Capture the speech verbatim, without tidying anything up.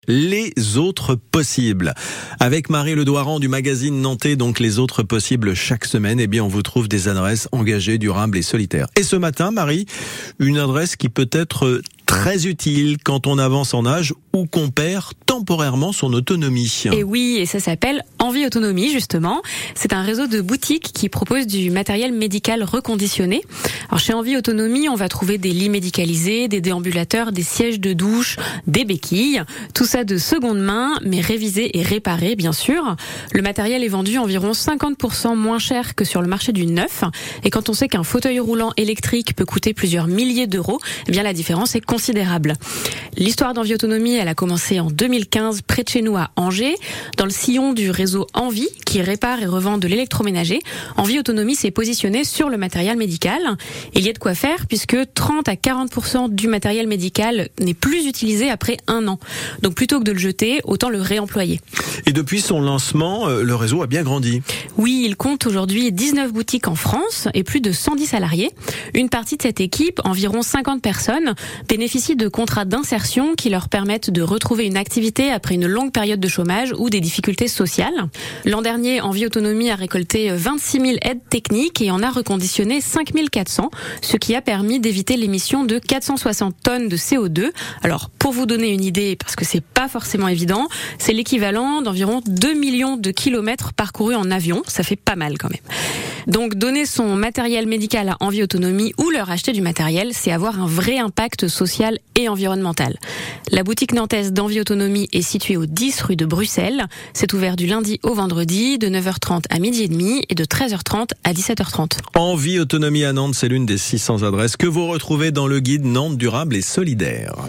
Les autres possibles. Avec Marie Ledouaran du magazine nantais, donc les autres possibles chaque semaine, eh bien on vous trouve des adresses engagées, durables et solitaires. Et ce matin, Marie, une adresse qui peut être très utile quand on avance en âge ou qu'on perd temporairement son autonomie. Et oui, et ça s'appelle Envie Autonomie justement. C'est un réseau de boutiques qui propose du matériel médical reconditionné. Alors chez Envie Autonomie, on va trouver des lits médicalisés, des déambulateurs, des sièges de douche, des béquilles. Tout ça de seconde main, mais révisé et réparé bien sûr. Le matériel est vendu environ cinquante pour cent moins cher que sur le marché du neuf. Et quand on sait qu'un fauteuil roulant électrique peut coûter plusieurs milliers d'euros, eh bien la différence est considérable. L'histoire d'Envie Autonomie, elle a commencé en deux mille quinze près de chez nous à Angers, dans le sillon du réseau Envie qui répare et revend de l'électroménager. Envie Autonomie s'est positionné sur le matériel médical. Il y a de quoi faire puisque trente à quarante pour cent du matériel médical n'est plus utilisé après un an. Donc plutôt que de le jeter, autant le réemployer. Et depuis son lancement, le réseau a bien grandi. Oui, il compte aujourd'hui dix-neuf boutiques en France et plus de cent dix salariés. Une partie de cette équipe, environ cinquante personnes, bénéficie de contrats d'insertion qui leur permettent de retrouver une activité après une longue période de chômage ou des difficultés sociales. L'an dernier, Envie Autonomie a récolté vingt-six mille aides techniques et en a reconditionné cinq mille quatre cents, ce qui a permis d'éviter l'émission de quatre cent soixante tonnes de C O deux. Alors, pour vous donner une idée, parce que c'est pas forcément évident, c'est l'équivalent d'environ deux millions de kilomètres parcourus en avion. Ça fait pas mal quand même. Donc donner son matériel médical à Envie Autonomie ou leur acheter du matériel, c'est avoir un vrai impact social et environnemental. La boutique nantaise d'Envie Autonomie est située au dix rue de Bruxelles. C'est ouvert du lundi au vendredi de neuf heures trente à midi et demi et de treize heures trente à dix-sept heures trente. Envie Autonomie à Nantes, c'est l'une des six cents adresses que vous retrouvez dans le guide Nantes durable et solidaire.